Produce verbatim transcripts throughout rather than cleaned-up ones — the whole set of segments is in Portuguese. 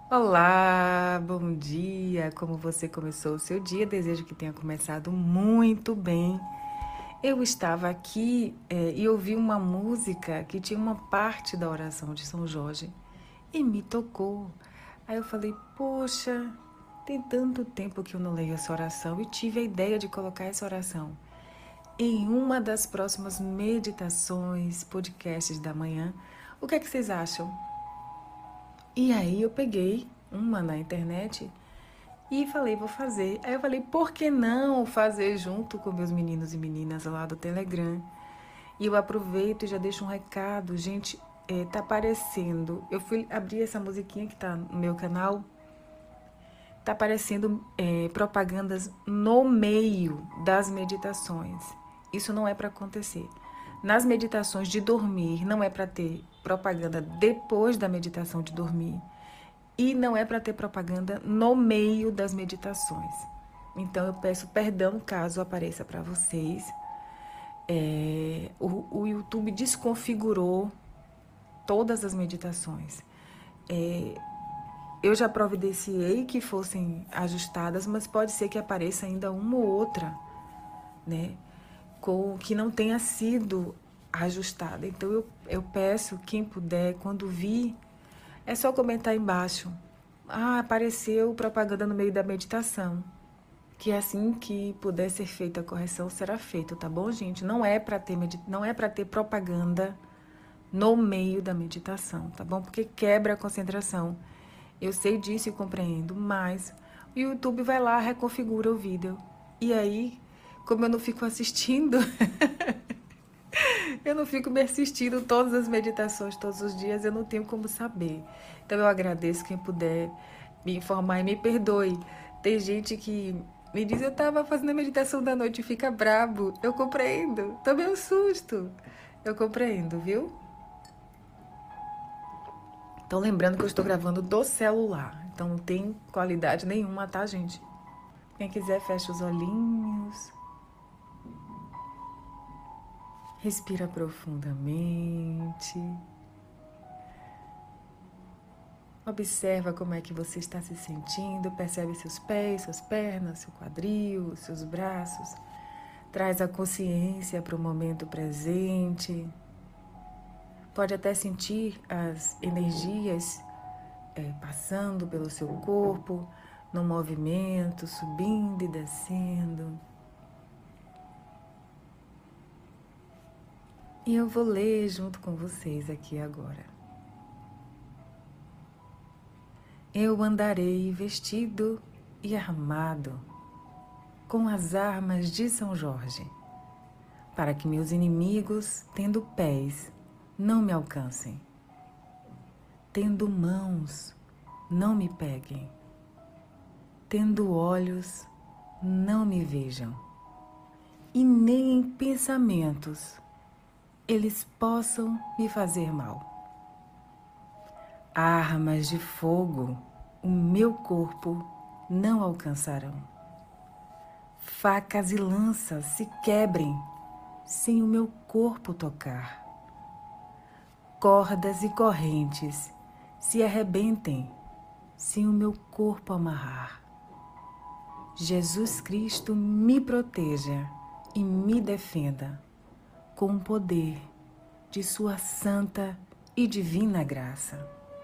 Olá, bom dia! Como você começou o seu dia? Desejo que tenha começado muito bem. Eu estava aqui eh, e ouvi uma música que tinha uma parte da oração de São Jorge e me tocou. Aí eu falei, poxa, tem tanto tempo que eu não leio essa oração e tive a ideia de colocar essa oração em uma das próximas meditações, podcasts da manhã. O que é que vocês acham? E aí eu peguei uma na internet e falei, vou fazer. Aí eu falei, por que não fazer junto com meus meninos e meninas lá do Telegram? E eu aproveito e já deixo um recado. Gente, é, tá aparecendo. Eu fui abrir essa musiquinha que tá no meu canal. Tá aparecendo é, propagandas no meio das meditações. Isso não é para acontecer. Nas meditações de dormir, não é para ter propaganda depois da meditação de dormir. E não é para ter propaganda no meio das meditações. Então eu peço perdão caso apareça para vocês. É, o, o YouTube desconfigurou todas as meditações. É, eu já providenciei que fossem ajustadas, mas pode ser que apareça ainda uma ou outra, né, com que não tenha sido ajustada. Então eu, eu peço, quem puder, quando vir, é só comentar embaixo. Ah, apareceu propaganda no meio da meditação. Que assim que puder ser feita a correção, será feito, tá bom, gente? Não é para ter, não é para ter propaganda no meio da meditação, tá bom? Porque quebra a concentração. Eu sei disso e compreendo, mas o YouTube vai lá, reconfigura o vídeo. E aí, como eu não fico assistindo, eu não fico me assistindo todas as meditações todos os dias, eu não tenho como saber. Então eu agradeço quem puder me informar e me perdoe. Tem gente que me diz, eu estava fazendo a meditação da noite e fica brabo. Eu compreendo. Tomei um susto. Eu compreendo, viu? Então lembrando que eu estou gravando do celular. Então não tem qualidade nenhuma, tá, gente? Quem quiser, fecha os olhinhos. Respira profundamente. Observa como é que você está se sentindo, percebe seus pés, suas pernas, seu quadril, seus braços. Traz a consciência para o momento presente. Pode até sentir as energias é, passando pelo seu corpo, no movimento, subindo e descendo. E eu vou ler junto com vocês aqui agora. Eu andarei vestido e armado com as armas de São Jorge, para que meus inimigos, tendo pés, não me alcancem, tendo mãos, não me peguem, tendo olhos, não me vejam, e nem em pensamentos eles possam me fazer mal. Armas de fogo o meu corpo não alcançarão. Facas e lanças se quebrem sem o meu corpo tocar. Cordas e correntes se arrebentem sem o meu corpo amarrar. Jesus Cristo me proteja e me defenda com o poder de sua santa e divina graça.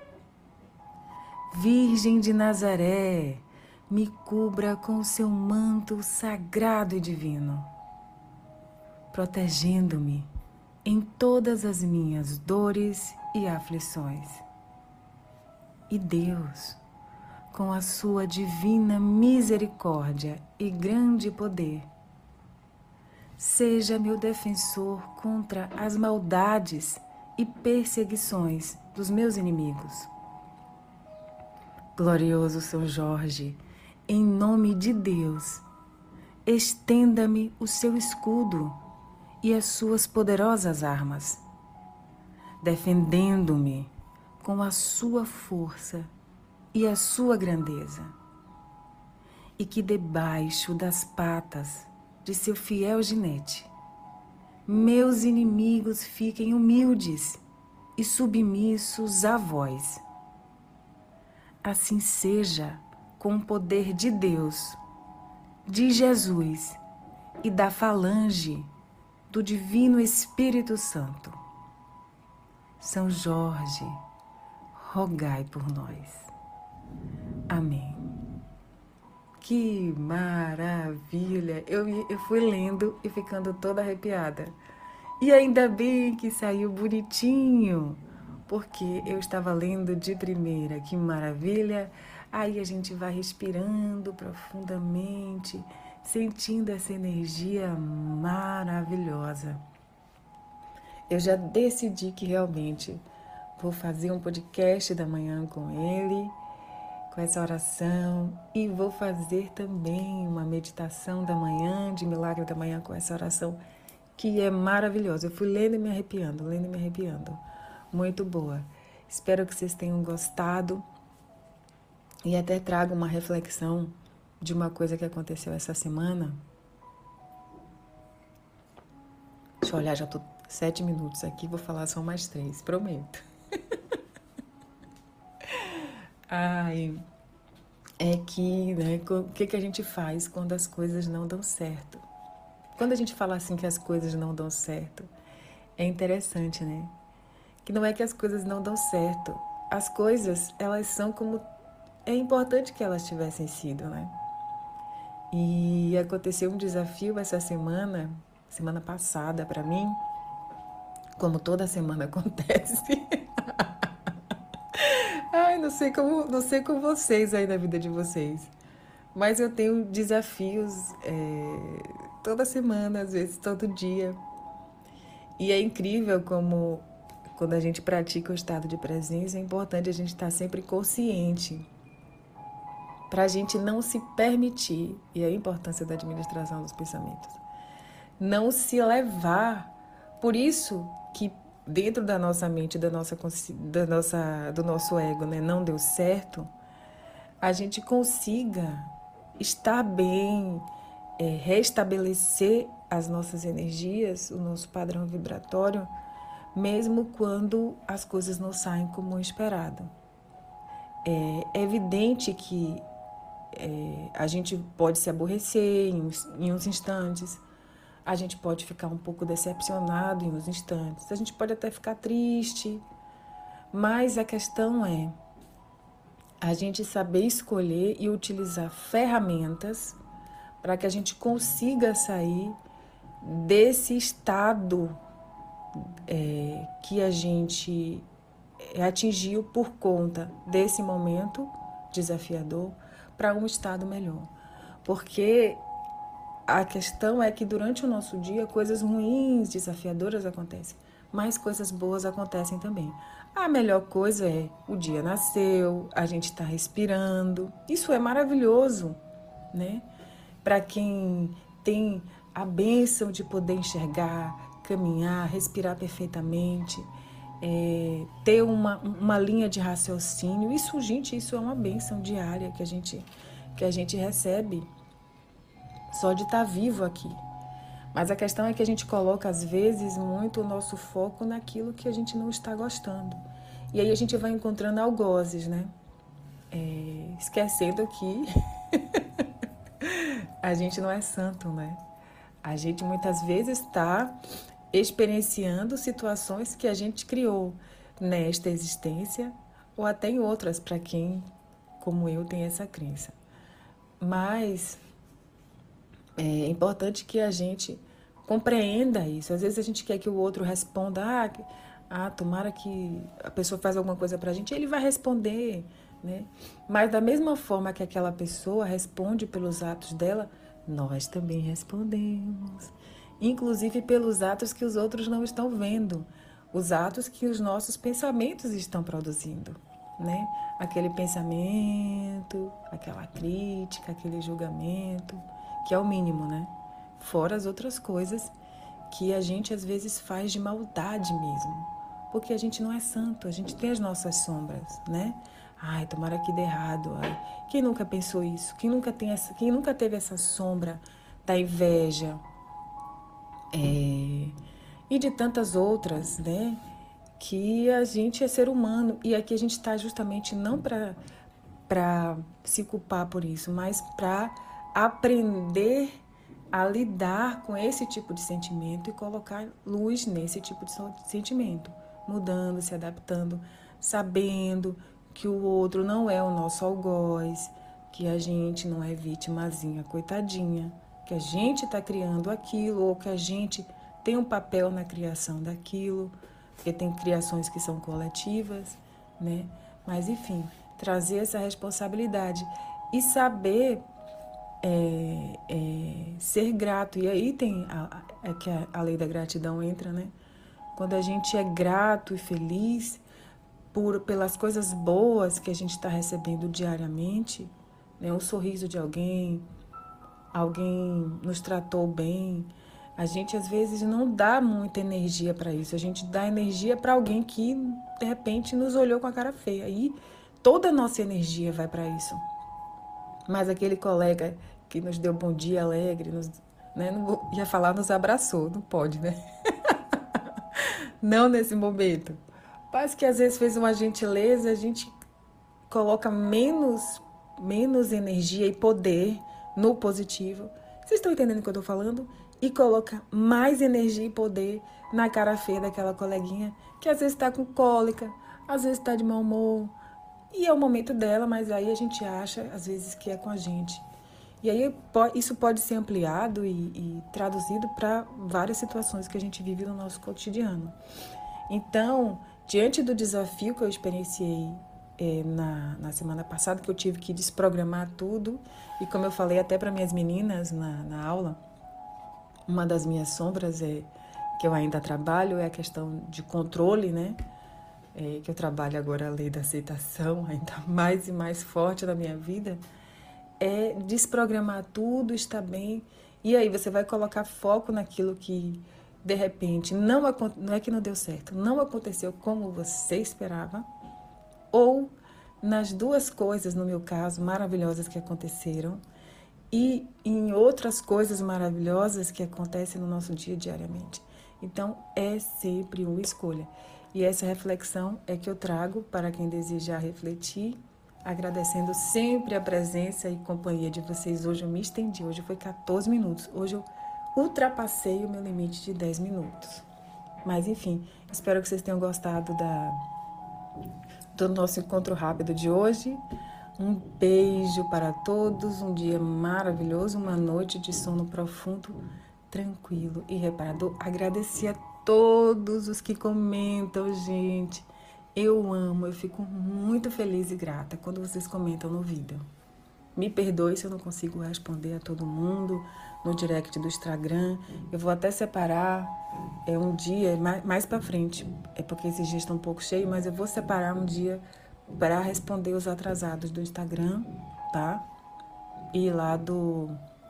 Virgem de Nazaré, me cubra com o seu manto sagrado e divino, protegendo-me em todas as minhas dores e aflições. E Deus, com a sua divina misericórdia e grande poder, seja meu defensor contra as maldades e perseguições dos meus inimigos. Glorioso São Jorge, em nome de Deus, estenda-me o seu escudo e as suas poderosas armas, defendendo-me com a sua força e a sua grandeza, e que debaixo das patas de seu fiel ginete, meus inimigos fiquem humildes e submissos a vós. assim seja, com o poder de Deus, de Jesus e da falange do Divino Espírito Santo. São Jorge, rogai por nós. Amém. Que maravilha! Eu, eu fui lendo e ficando toda arrepiada. E ainda bem que saiu bonitinho, porque eu estava lendo de primeira. Que maravilha! Aí a gente vai respirando profundamente, sentindo essa energia maravilhosa. Eu já decidi que realmente vou fazer um podcast da manhã com ele, com essa oração, e vou fazer também uma meditação da manhã, de milagre da manhã, com essa oração, que é maravilhosa. Eu fui lendo e me arrepiando, lendo e me arrepiando. Muito boa. Espero que vocês tenham gostado e até trago uma reflexão de uma coisa que aconteceu essa semana. Deixa eu olhar, já tô sete minutos aqui, vou falar só mais três, prometo. Ai, é que, né, o que, que a gente faz quando as coisas não dão certo? Quando a gente fala assim que as coisas não dão certo, é interessante, né? Que não é que as coisas não dão certo. As coisas, elas são como... É importante que elas tivessem sido, né? E aconteceu um desafio essa semana, semana passada para mim, como toda semana acontece. Ai, não sei como, não sei com vocês aí na vida de vocês, mas eu tenho desafios é, toda semana, às vezes todo dia. E é incrível como, quando a gente pratica o estado de presença, é importante a gente estar sempre consciente, para a gente não se permitir, e a importância da administração dos pensamentos, não se levar. Por isso que dentro da nossa mente, da nossa, da nossa, do nosso ego, né, não deu certo, a gente consiga estar bem, é, restabelecer as nossas energias, o nosso padrão vibratório, mesmo quando as coisas não saem como esperado. É evidente que é, a gente pode se aborrecer em uns, em uns instantes, a gente pode ficar um pouco decepcionado em uns instantes, a gente pode até ficar triste, mas a questão é a gente saber escolher e utilizar ferramentas para que a gente consiga sair desse estado é, que a gente atingiu por conta desse momento desafiador para um estado melhor. Porque a questão é que durante o nosso dia coisas ruins, desafiadoras acontecem, mas coisas boas acontecem também. A melhor coisa é o dia nasceu, a gente está respirando. Isso é maravilhoso, né? Para quem tem a bênção de poder enxergar, caminhar, respirar perfeitamente, é, ter uma, uma linha de raciocínio. Isso, gente, isso é uma bênção diária que a gente, que a gente recebe só de estar vivo aqui. Mas a questão é que a gente coloca, às vezes, muito o nosso foco naquilo que a gente não está gostando. E aí a gente vai encontrando algozes, né? É, esquecendo que a gente não é santo, né? A gente muitas vezes está experienciando situações que a gente criou nesta existência ou até em outras, para quem, como eu, tem essa crença. Mas é importante que a gente compreenda isso. Às vezes a gente quer que o outro responda, ah, ah tomara que a pessoa faz alguma coisa pra gente, ele vai responder, né? Mas da mesma forma que aquela pessoa responde pelos atos dela, nós também respondemos. Inclusive pelos atos que os outros não estão vendo, os atos que os nossos pensamentos estão produzindo, né? Aquele pensamento, aquela crítica, aquele julgamento, que é o mínimo, né? Fora as outras coisas que a gente às vezes faz de maldade mesmo, porque a gente não é santo, a gente tem as nossas sombras, né? Ai, tomara que dê errado. Ai. Quem nunca pensou isso? Quem nunca, tem essa, quem nunca teve essa sombra da inveja? É, e de tantas outras, né? Que a gente é ser humano e aqui a gente está justamente não para para se culpar por isso, mas para aprender a lidar com esse tipo de sentimento e colocar luz nesse tipo de sentimento, mudando, se adaptando, sabendo que o outro não é o nosso algoz, que a gente não é vitimazinha, coitadinha, que a gente está criando aquilo ou que a gente tem um papel na criação daquilo, porque tem criações que são coletivas, né? Mas, enfim, trazer essa responsabilidade e saber é, é, ser grato. E aí tem a, a, é que a, a lei da gratidão entra, né? Quando a gente é grato e feliz por, pelas coisas boas que a gente está recebendo diariamente, né? Um sorriso de alguém, alguém nos tratou bem. A gente às vezes não dá muita energia para isso. A gente dá energia para alguém que de repente nos olhou com a cara feia. E toda a nossa energia vai para isso. Mas aquele colega que nos deu bom dia alegre, nos, né, não ia falar nos abraçou, não pode, né? Não nesse momento. Mas que às vezes fez uma gentileza, a gente coloca menos, menos energia e poder no positivo. Vocês estão entendendo o que eu estou falando? E coloca mais energia e poder na cara feia daquela coleguinha que às vezes está com cólica, às vezes está de mau humor. E é o momento dela, mas aí a gente acha, às vezes, que é com a gente. E aí isso pode ser ampliado e, e traduzido para várias situações que a gente vive no nosso cotidiano. Então, diante do desafio que eu experienciei é, na, na semana passada, que eu tive que desprogramar tudo, e como eu falei até para minhas meninas na, na aula, uma das minhas sombras é que eu ainda trabalho é a questão de controle, né? É, que eu trabalho agora a lei da aceitação, ainda mais e mais forte na minha vida, é desprogramar tudo, está bem, e aí você vai colocar foco naquilo que, de repente, não, não é que não deu certo, não aconteceu como você esperava, ou nas duas coisas, no meu caso, maravilhosas que aconteceram, e em outras coisas maravilhosas que acontecem no nosso dia diariamente. Então, é sempre uma escolha. E essa reflexão é que eu trago para quem desejar refletir, agradecendo sempre a presença e companhia de vocês. Hoje eu me estendi, hoje foi quatorze minutos. Hoje eu ultrapassei o meu limite de dez minutos. Mas, enfim, espero que vocês tenham gostado da, do nosso encontro rápido de hoje. Um beijo para todos, um dia maravilhoso, uma noite de sono profundo, tranquilo e reparador. Agradecer a todos os que comentam, gente. Eu amo, eu fico muito feliz e grata quando vocês comentam no vídeo. Me perdoe se eu não consigo responder a todo mundo no direct do Instagram. Eu vou até separar é, um dia, mais, mais para frente, é porque esses dias estão um pouco cheios, mas eu vou separar um dia para responder os atrasados do Instagram, tá? E lá do,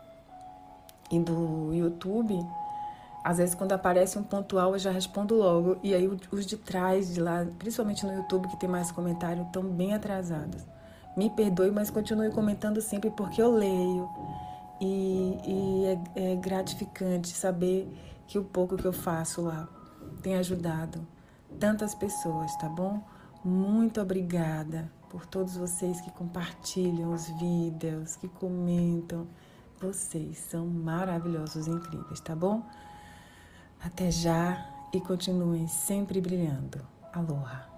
e do YouTube, às vezes quando aparece um pontual eu já respondo logo. E aí os de trás de lá, principalmente no YouTube que tem mais comentário, estão bem atrasados. Me perdoe, mas continue comentando sempre porque eu leio. E, e é, é gratificante saber que o pouco que eu faço lá tem ajudado tantas pessoas, tá bom? Muito obrigada por todos vocês que compartilham os vídeos, que comentam. Vocês são maravilhosos e incríveis, tá bom? Até já e continuem sempre brilhando. Aloha!